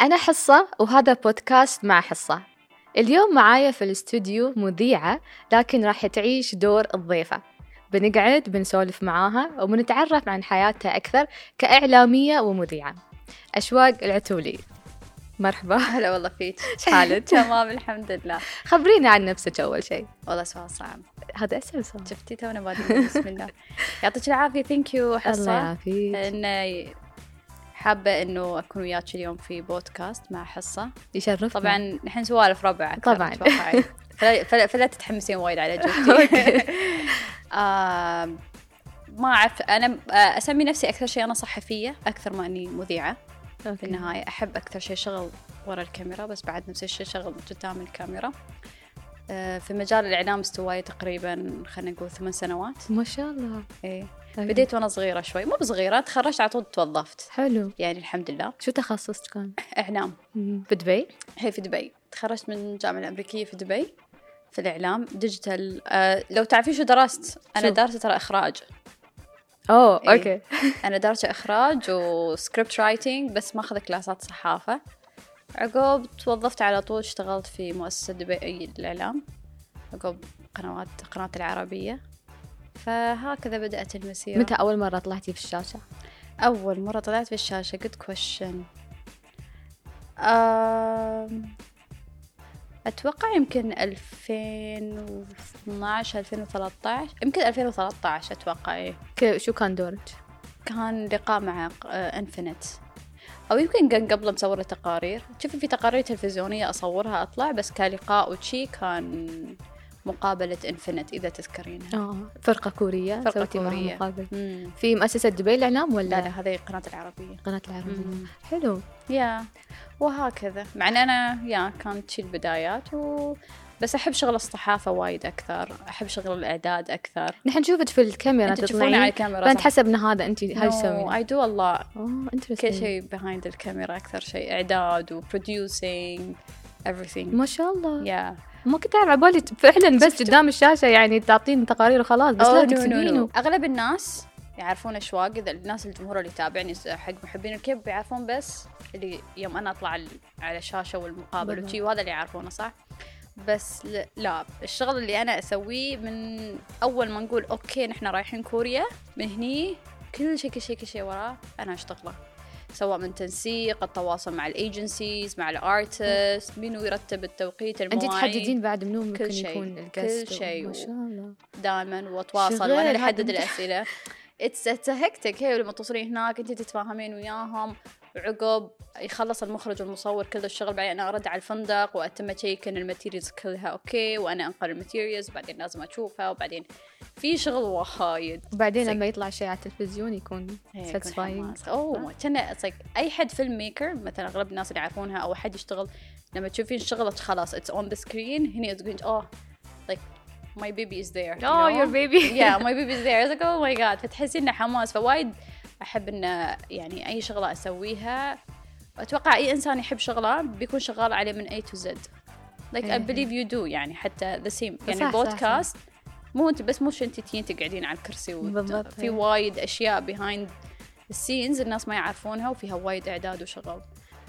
أنا حصة وهذا بودكاست مع حصة. اليوم معايا في الاستوديو مذيعة لكن راح تعيش دور الضيفة. بنقعد بنسولف معاها وبنتعرف عن حياتها أكثر كإعلامية ومذيعة. أشواق العتولي، مرحبا. هلا والله فيك. إيش حالك؟ تمام الحمد لله. خبرينا عن نفسك أول شيء. والله سؤال صعب. هذا أسهل سؤال. شفتي تونا بادين. بسم الله. يعطيك العافية. ثانك يو حصة. الله يعافيك. إن حابة إنه أكون وياك اليوم في بودكاست مع حصة. يشرفنا. طبعا نحن سوالف ربع طبعا. فلا تتحمسين وايد على جوتي. ما أعرف، أنا أسمي نفسي أكثر شيء أنا صحفية أكثر ما أني مذيعة. في النهاية أحب أكثر شيء شغل ورا الكاميرا، بس بعد نفس الشيء شغل قدام الكاميرا. في مجال الإعلام استوائي تقريبا خلينا نقول 8 سنوات. ما شاء الله. إيه. بديت وأنا صغيرة شوي، مو بصغيرة، تخرجت على طول توظفت. حلو. يعني الحمد لله. شو تخصصك كان؟ إعلام. في دبي؟ هي في دبي. تخرجت من الجامعة الأمريكية في دبي في الإعلام ديجيتال. لو تعرفين شو درست؟ أنا دارسة ترى إخراج. أوه إيه. أوكي. أنا دارسة إخراج وسكريبت رايتنج، بس ما أخذ كلاسات صحافة. عقب توظفت على طول، اشتغلت في مؤسسة دبي الإعلام، عقب قناة العربية. فهكذا بدأت المسيرة. متى أول مرة طلعتي في الشاشة؟ أول مرة طلعت في الشاشة good question. أتوقع يمكن 2012 2013، يمكن 2013 أتوقع. إيه. شو كان دورك؟ كان لقاء مع انفينيت، أو يمكن كان قبل مصورة تقارير. شوفي في تقارير تلفزيونية أصورها أطلع، بس كلقاء وشي كان مقابلة انفينيت إذا تذكرينها. فرقة كورية. فرقة كورية. مقابل. في مؤسسة دبي الإعلام ولا؟ لا هذه قناة العربية. قناة العربية. حلو. وهكذا. مع أن أنا كانت شي البدايات بس أحب شغل الصحافة وايد أكثر، أحب شغل الإعداد أكثر. نحن نشوفك في الكاميرا تطلعين على الكاميرا، فأنت حسب إن هذا أنت هاي تسوين. I do a lot. كل شيء behind الكاميرا، أكثر شيء إعداد producing everything. ما شاء الله. ما كنت أعرف عبالي فعلا بس قدام الشاشة يعني تعطين تقارير وخلاص، بس لا تكتبينه. أغلب الناس يعرفون أشواق. إذا الناس الجمهور اللي يتابعني حق محبين الكيب بيعرفون، بس اللي يوم أنا أطلع على الشاشة والمقابل وشي، وهذا اللي يعرفونه صح. بس لا، الشغل اللي أنا أسويه من أول ما نقول أوكي نحن رايحين كوريا، من هني كل شيء وراه أنا أشتغله، سواء من تنسيق، التواصل مع الايجنسيز، مع الارتست، منو يرتب التوقيت، المواعيد. انت تحددين بعد منو ممكن يكون الجست؟ كل شيء. ما شاء الله. دائما واتواصل وانا اللي احدد الاسئله. اتس هيكتك. هي لما توصلين هناك انت تتفاهمين وياهم، وعقب يخلص المخرج والمصور كل الشغل، بعدين انا ارد على الفندق واتم اتشيك ان الماتيريالز كلها اوكي، وانا انقل الماتيريالز، بعدين لازم اشوفها، وبعدين في شغل وايد. وبعدين لما يطلع شيء على التلفزيون يكون ساتسفاينج. كان اي حد فيلم ميكر مثلا، اغلب الناس اللي يعرفونها او حد يشتغل، لما تشوفين شغلك خلاص اتس اون ذا سكرين، هنا تقولين like my baby is there. your baby. Yeah, my baby is there. I was like oh my god. فتحسين انه حماس. فوايد احب انه يعني اي شغله اسويها، اتوقع اي انسان يحب شغله بيكون شغال عليه من A to Z. like I believe you do. يعني حتى the same. يعني البودكاست مو انت بس، مش انت تقعدين على الكرسي في وايد اشياء behind the scenes الناس ما يعرفونها، وفيها وايد اعداد وشغل.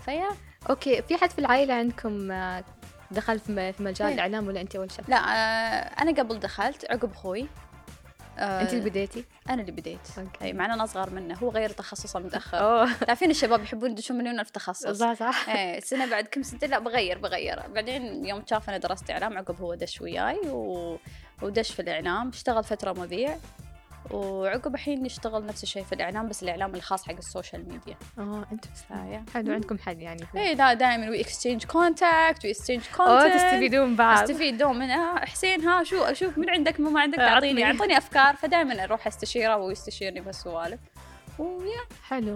اوكي. في حد في العائله عندكم دخل في مجال الاعلام ولا انت اول شخص؟ لا انا قبل دخلت عقب اخوي. انت اللي بديتي؟ انا اللي بديت. اي مع انا اصغر منه، هو غير تخصصه متاخر. تعرفين الشباب يحبون يدشون مليون في تخصص. صح. ايه السنه بعد كم سنه لا بغير. بعدين يوم شاف انا درست اعلام، عقب هو دش وياي ودش في الاعلام، اشتغل فتره مذيع، وعقب الحين نشتغل نفس الشيء في الإعلام، بس الإعلام الخاص حق السوشيال ميديا. أنت حلو عندكم حد يعني. إيه دائما we exchange contact we exchange content. تستفيدون بعض. تستفيدون من حسين شو أشوف من عندك ما عندك، أعطيني أفكار. فدائما أروح استشيره ويستشيرني بهالسوالف. حلو.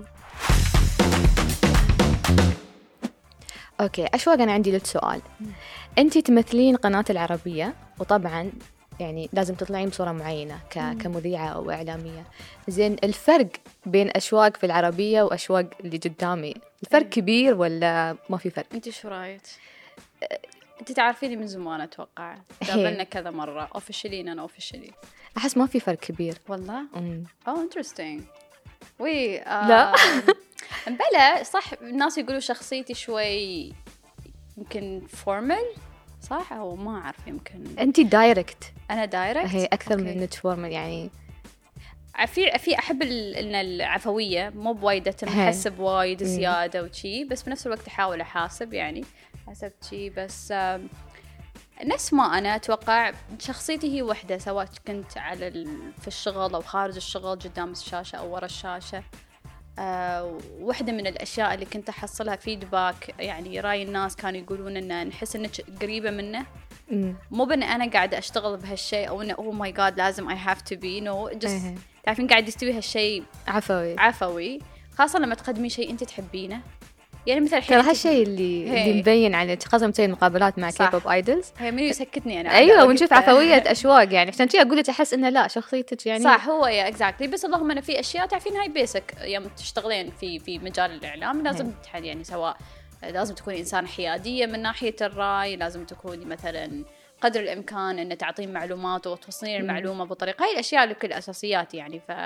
أوكي أشواق، أنا عندي لك سؤال. أنتي تمثلين قناة العربية، وطبعا يعني لازم تطلعين بصورة معينة كمذيعة أو إعلامية. زين، الفرق بين أشواق في العربية وأشواق اللي قدامي، الفرق كبير ولا ما في فرق؟ أنت شو رأيك؟ أنت تعرفيني من زمان أتوقع، قابلنا كذا مرة أنا officially. أحس ما في فرق كبير والله. interesting. لا بلا صح، الناس يقولوا شخصيتي شوي يمكن فورمال، صح أو ما أعرف، يمكن أنتي دايركت. أنا دايركت هي أكثر من إنك فورمال يعني. في أحب إن العفوية مو بوايد أحسب وايد زيادة وشي، بس بنفس الوقت أحاول أحاسب يعني حسب شي. بس نفس ما أنا أتوقع شخصيتي هي وحدة، سواء كنت في الشغل أو خارج الشغل، قدام الشاشة أو ورا الشاشة. واحدة من الأشياء اللي كنت أحصلها فيدباك، يعني رأي الناس كانوا يقولون إن نحس إنك قريبة منه، مو بأن أنا قاعدة أشتغل بهالشيء أو إنه أوه ماي جاد لازم I have to be no just تعرفين قاعد يستوي هالشيء عفوي، خاصة لما تقدمي شيء أنت تحبينه. يعني مثل ترى هالشيء اللي مبين على خاصة مثل المقابلات مع كي بوب ايدلز. هي منو يسكتني أنا. أيوة، ونشوف عفوية أشواق يعني، عشان شي أقول لك أحس إنه لا شخصيتك يعني صح. هو يا exactly. بس اللهم أنا في أشياء تعرفين هاي بيسك يوم تشتغلين في مجال الإعلام لازم يعني سواء لازم تكوني إنسان حيادية من ناحية الرأي، لازم تكوني مثلا قدر الإمكان إن تعطين معلومات وتوصلين المعلومة بطريقة. هاي الأشياء اللي كل أساسيات يعني. ف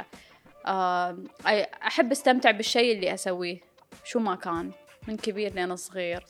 أحب استمتع بالشيء اللي أسويه شو ما كان، من كبير لين صغير.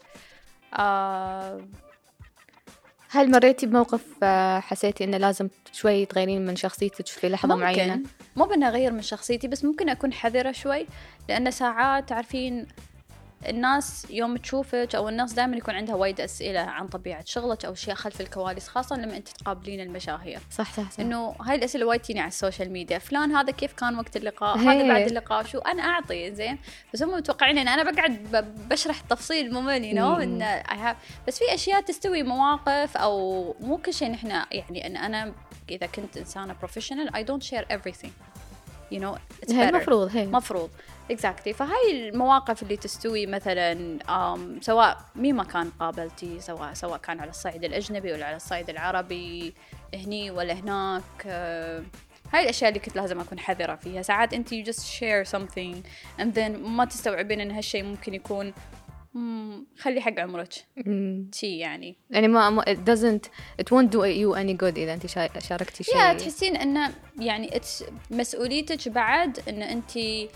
هل مريتي بموقف حسيتي إنه لازم شوي تغيرين من شخصيتك في لحظة معينة؟ مو بأن أغير من شخصيتي، بس ممكن أكون حذرة شوي، لأن ساعات تعرفين الناس يوم تشوفك أو الناس دائما يكون عندها وايد أسئلة عن طبيعة شغلك أو أشياء خلف الكواليس، خاصة لما أنت تقابلين المشاهير. صح. إنه هاي الأسئلة وايد تيني على السوشيال ميديا، فلان هذا كيف كان وقت اللقاء، هذا بعد اللقاء شو. أنا أعطي زين، بس هم متوقعين إن أنا بقعد بشرح تفصيل ممل إن بس في أشياء تستوي مواقف أو مو كل شيء نحن يعني. إن أنا إذا كنت إنسانة professional I don't share everything you know it's better. مفروض exactly. فهاي المواقف اللي تستوي مثلا سواء مين كان قابلتي، سواء كان على الصعيد الأجنبي ولا على الصعيد العربي، هني ولا هناك، هاي الأشياء اللي كنت لازم أكون حذرة فيها. ساعات أنت you just share something and then ما تستوعبين إن هالشيء ممكن يكون خلي حق عمرك شيء يعني ما it won't do you any good إذا أنت شاركتي شيء. تحسين إنه يعني مسؤوليتك بعد إن أنت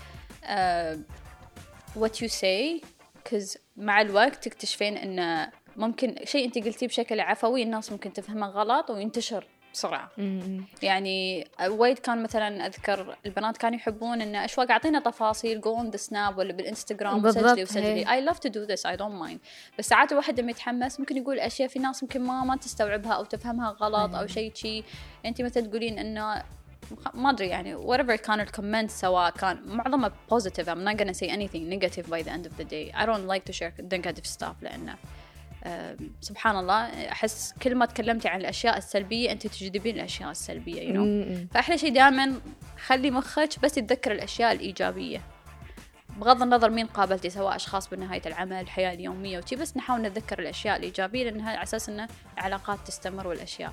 what you say، because مع الوقت تكتشفين إن ممكن شيء أنت قلتيه بشكل عفوي الناس ممكن تفهمه غلط وينتشر بسرعة. يعني وايد كان مثلا أذكر البنات كانوا يحبون إن أشواق أعطينا تفاصيل go on the snap ولا بالإنستغرام وسجلي I love to do this I don't mind. بس ساعات الواحد لما يتحمس ممكن يقول أشياء في ناس ممكن ما تستوعبها أو تفهمها غلط أو شيء أنت مثلا تقولين إنه ما أدري يعني whatever كان الكومنت، سواء كان معظمه positive I'm not gonna say anything negative by the end of the day. I don't like to share negative stuff لأنه سبحان الله أحس كل ما تكلمتي عن الأشياء السلبية أنت تجذبين الأشياء السلبية you know. فأحلى شيء دائما خلي مخك بس يتذكر الأشياء الإيجابية بغض النظر مين قابلتي، سواء أشخاص بنهاية العمل الحياة اليومية وشي، بس نحاول نتذكر الأشياء الإيجابية لأنها على أساس أن العلاقات تستمر والأشياء.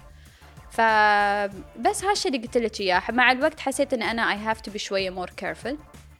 فبس هالشي اللي قلت لك إياه. مع الوقت حسيت أن أنا I have to be شوية more careful.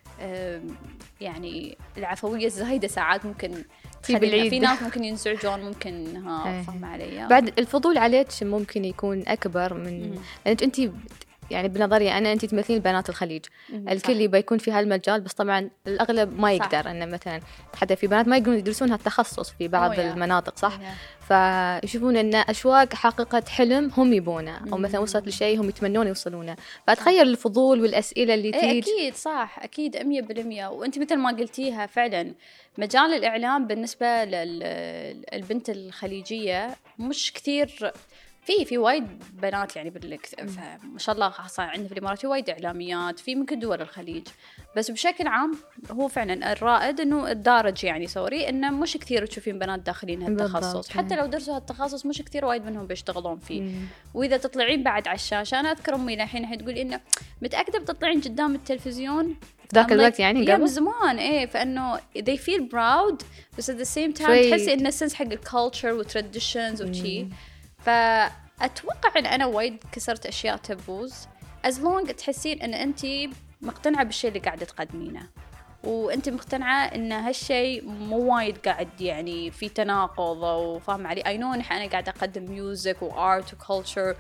يعني العفوية الزايدة ساعات ممكن في ناس ممكن ينزعجون، ممكن فهم علي. بعد الفضول عليك ممكن يكون أكبر من لأنك أنت يعني بنظري أنت تمثلين بنات الخليج. الكل يبي يكون في هالمجال، بس طبعا الأغلب ما يقدر إنه مثلا حتى في بنات ما يقدرون يدرسون هالتخصص في بعض المناطق صح. فيشوفون إن أشواق حقيقة حلم هم يبونه أو مثلا وصلت لشيء هم يتمنون يوصلونه، فتخيل الفضول والأسئلة اللي تيجي. أكيد صح، أكيد 100%. وأنت مثل ما قلتيها فعلا مجال الإعلام بالنسبة للبنت الخليجية مش كثير. في وايد بنات يعني ما شاء الله، خاصة عندنا في الإمارات وايد إعلاميات في ممكن دول الخليج. بس بشكل عام هو فعلا الرائد إنه الدارج يعني إنه مش كثير تشوفين بنات داخلين هالتخصص. حتى لو درسوا هالتخصص مش كثير وايد منهم بيشتغلون فيه. وإذا تطلعين بعد على الشاشة، أنا أذكر أمي الحين تقول إنه متأكدة بتطلعين قدام التلفزيون ذاك الوقت يعني قبل زمان فإنه they feel proud بس at the same time تحسي إنه السنس حق الكالتشر والتراديشنز وشي. فأتوقع إن أنا وايد كسرت أشياء تبوز as long تحسين إن أنتي مقتنعة بالشيء اللي قاعدة تقدمينه، وأنت مقتنعة إن هالشيء مو وايد قاعد يعني في تناقض وفاهم علي. I know إن أنا قاعدة أقدم ميوزك وآرت وكولتشر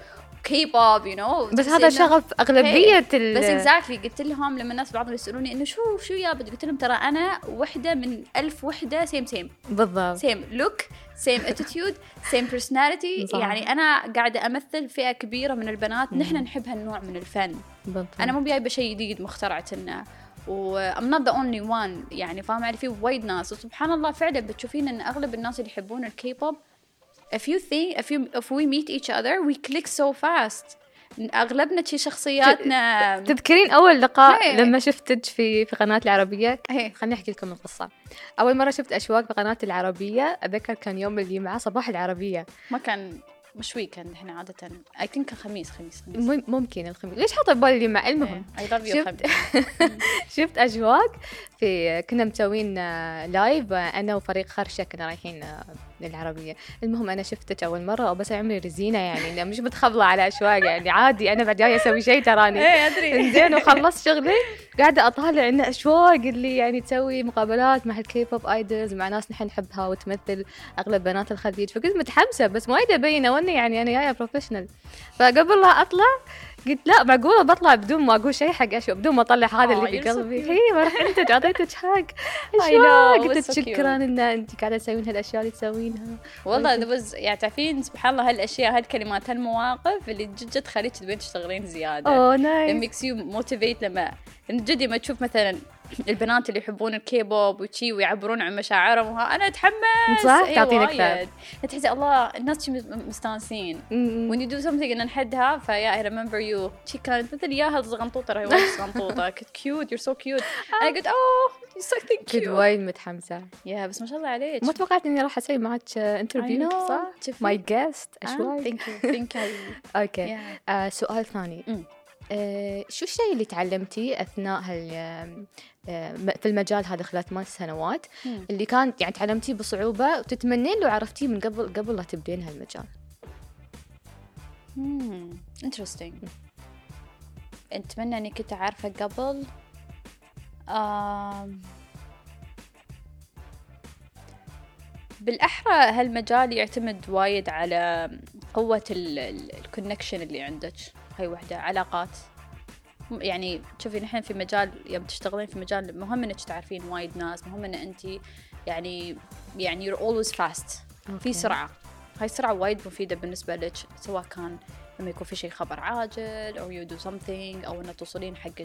كي بوب you know. بس هذا شغف أغلبية بس exactly قلت لهم لما الناس بعضهم يسألوني إنه شو يا بدي، قلت لهم ترى أنا وحدة من 1000 وحدة same بالضبط same look same attitude same personality. يعني أنا قاعدة أمثل فئة كبيرة من البنات نحن نحب هالنوع من الفن. بالضبط. أنا مو جايبة شيء جديد مخترعتنه I'm not the only one يعني فاهم علي. في وايد ناس وسبحان الله فعلا بتشوفين إن أغلب الناس اللي يحبون الكي بوب if we meet each other we click so fast. أغلبنا شي شخصياتنا. تذكرين أول لقاء لما شفتك في قناة العربية؟ خليني أحكي لكم القصة. أول مرة شفت أشواق بقناة العربية أذكر كان يوم الجمعة صباح العربية. ما كان مش ويكند إحنا عادة I think كان خميس. ممكن الخميس. ليش حاطة ببالي الجمعة؟ المهم شفت أشواق كنا مسوين لايف أنا وفريق خرشة كنا رايحين للعربية. المهم أنا شفتك أول مرة وبس عمري رزينة يعني مش متخبلة على أشواق يعني عادي أنا بعد جاية أسوي شيء تراني أدري زين وخلصت شغلي قاعدة أطالع إن أشواق اللي يعني تسوي مقابلات مع الكي بوب ايدلز مع ناس نحن نحبها وتمثل أغلب بنات الخليج. فكنت متحمسة بس ما يدي أبين وأني يعني أنا جاية بروفيشنال. فقبل لا أطلع قلت لا معقولة بطلع بدون ما أقول شيء حق أشواق بدون ما أطلع هذا اللي في قلبي. هي ما رحت أنت أعطيتك حق أشواق قلت شكرا إن أنت قاعدة تسوين هالأشياء اللي تسوينها. والله يعني تعرفين سبحان الله هالأشياء هالكلمات هالمواقف اللي جد تخليك تبين تشتغلين زيادة. نايس. makes you motivate لما جدي ما تشوف مثلا البنات اللي يحبون الكي بوب وشي ويعبرون عن مشاعرهم أنا أتحمس. صح تعطينك فعل تحسي الله الناس شي مستانسين when you do something إن نحدها. فيا I remember you شي كانت مثل ياها الزغنطوطة رهي وايد زغنطوطة كنت cute you're so cute. أنا قلت you're so thank you. كنت وايد متحمسة. بس ما شاء الله عليك. ما توقعت إني راح أسوي معك انترفيو صح؟ my guest أشواق. thank you. أوكي سؤال ثاني. شو الشيء اللي تعلمتيه أثناء في المجال هذا خلال 8 سنوات اللي كان يعني تعلمتيه بصعوبة وتتمنين لو عرفتيه من قبل لا تبدين هالمجال؟ interesting. أتمنى أني كنت عارفة قبل. بالأحرى هالمجال يعتمد وايد على قوة الكونكشن اللي عندك. هاي وحدة علاقات. يعني شوفي نحن في مجال يوم تشتغلين في مجال مهم انك تعرفين وايد ناس. مهم ان انت يعني you're always fast. في سرعة. هاي السرعة وايد مفيدة بالنسبة لك سواء كان لما يكون في شيء خبر عاجل أو you do something أو أن توصلين حق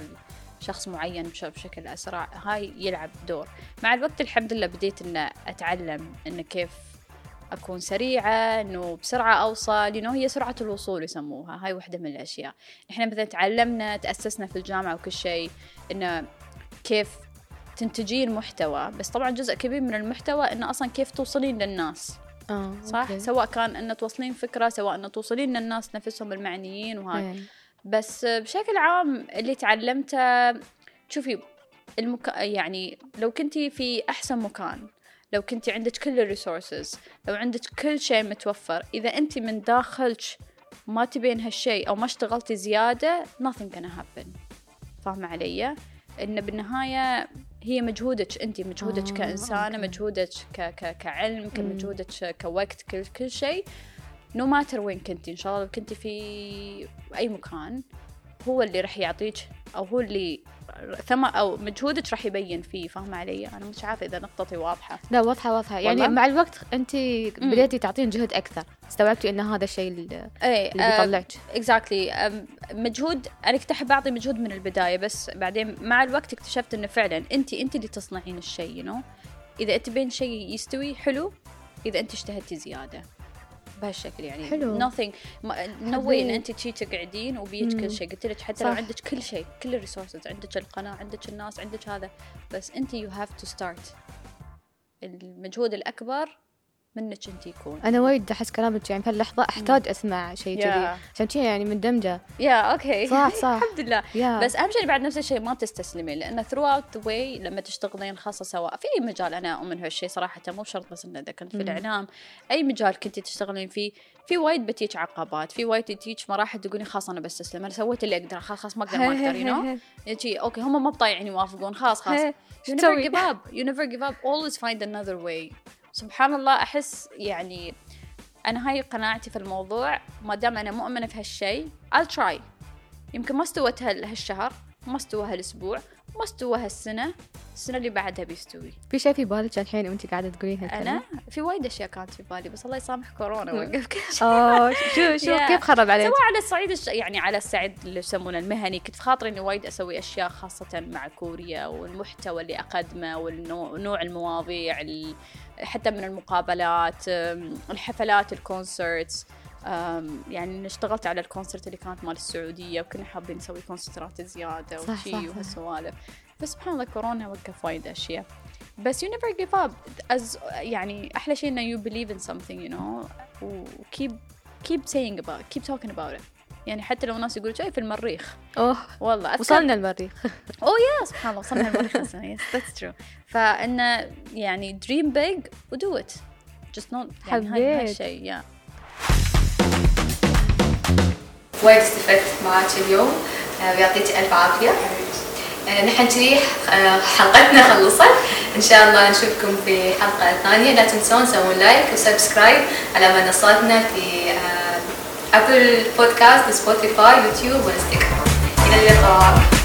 شخص معين بشكل أسرع. هاي يلعب دور. مع الوقت الحمد لله بديت أن أتعلم أن كيف أكون سريعة إنه بسرعة أوصل هي سرعة الوصول يسموها. هاي واحدة من الأشياء. إحنا مثلا تعلمنا تأسسنا في الجامعة وكل شيء إنه كيف تنتجين محتوى. بس طبعا جزء كبير من المحتوى إنه أصلا كيف توصلين للناس. صح أوكي. سواء كان إنه توصلين فكرة سواء إنه توصلين للناس نفسهم المعنيين وهاي. بس بشكل عام اللي تعلمته شوفي يعني لو كنتي في أحسن مكان لو كنتي عندك كل الريسورسز لو عندك كل شيء متوفر إذا أنت من داخلك ما تبين هالشيء أو ما اشتغلتي زيادة nothing gonna happen. فاهمة علي؟ إن بالنهاية هي مجهودك أنت مجهودك كإنسانة مجهودك كعلم كمجهودك كوقت كل شيء no matter وين كنتي إن شاء الله لو كنتي في أي مكان هو اللي رح يعطيك أو هو اللي أو مجهودك راح يبين فيه. فاهمة علي؟ أنا مش عارفة إذا نقطتي واضحة. لا واضحة يعني مع الوقت أنت بديتي تعطين جهد أكثر استوعبتي إن هذا الشيء اللي بيطلعك. exactly. مجهود أنا كنت أحب أعطي مجهود من البداية بس بعدين مع الوقت اكتشفت إنه فعلا أنت اللي تصنعين الشيء إذا أنت بين شيء يستوي حلو إذا أنت اجتهدتي زيادة بهالشكل يعني حلو. nothing نوي إن أنت شي تقعدين وبيج كل شيء. قلت لك حتى لو عندك كل شيء كل الريسورسز عندك القناة عندك الناس عندك هذا بس أنت you have to start. المجهود الأكبر منك أنت يكون. أنا وايد أحس كلامك يعني في اللحظة أحتاج أسمع شيء كذي عشان كذي يعني مندمجة. أوكي صح الحمد لله. بس أهم شيء بعد نفس الشيء ما تستسلمين لأن throughout the way لما تشتغلين خاصة سواء في أي مجال أنا أؤمن هالشيء صراحة مو شرط بس إن إذا كنت في الإعلام أي مجال كنتي تشتغلين فيه في وايد بتيج عقبات في وايد تيج مراحل تقولين خلاص أنا بستسلم أنا سويت اللي أقدر خلاص ما أقدر يجي أوكي هم ما بطايعين يوافقون خلاص you never give up always find another way. سبحان الله أحس يعني أنا هاي قناعتي في الموضوع، ما دام أنا مؤمنة في هالشيء I'll try. يمكن ما استوت هالشهر، ما استوى هالأسبوع، ما استوى هالسنة، السنة اللي بعدها بيستوي. في شيء في بالك الحين وانت قاعدة تقولين هالكلام؟ أنا في وايد أشياء كانت في بالي، بس الله يسامح كورونا وقف كل شيء. شو كيف خرب عليك؟ سواء على الصعيد يعني على الصعيد اللي يسمونه المهني، كنت في خاطري إني وايد أسوي أشياء خاصة مع كوريا، والمحتوى اللي أقدمه والنوع المواضيع حتى من المقابلات، الحفلات، الكونسرتس. يعني اشتغلت على الكونسرت اللي كانت مال السعودية، وكنا حابين نسوي كونسرتات زيادة وشي وهالسوالف. بس سبحان الله كورونا وقف وايد أشياء. بس you never give up. يعني أحلى شيء إنه you believe in something, you know, و keep saying about, keep talking about it. يعني حتى لو الناس يقولوا شيء في المريخ. والله وصلنا المريخ. يا سبحان الله وصلنا المريخ السنة. Yes, that's true. فإنه يعني dream big و do it. Just not يعني هالشيء. وايد استفدت معك اليوم، ويعطيك ألف عافية. نحن كذي حلقتنا خلصت، إن شاء الله نشوفكم في حلقة ثانية. لا تنسون تسوون لايك وسبسكرايب على منصاتنا في أبل بودكاست، سبوتيفاي، يوتيوب وإنستغرام. إلى اللقاء.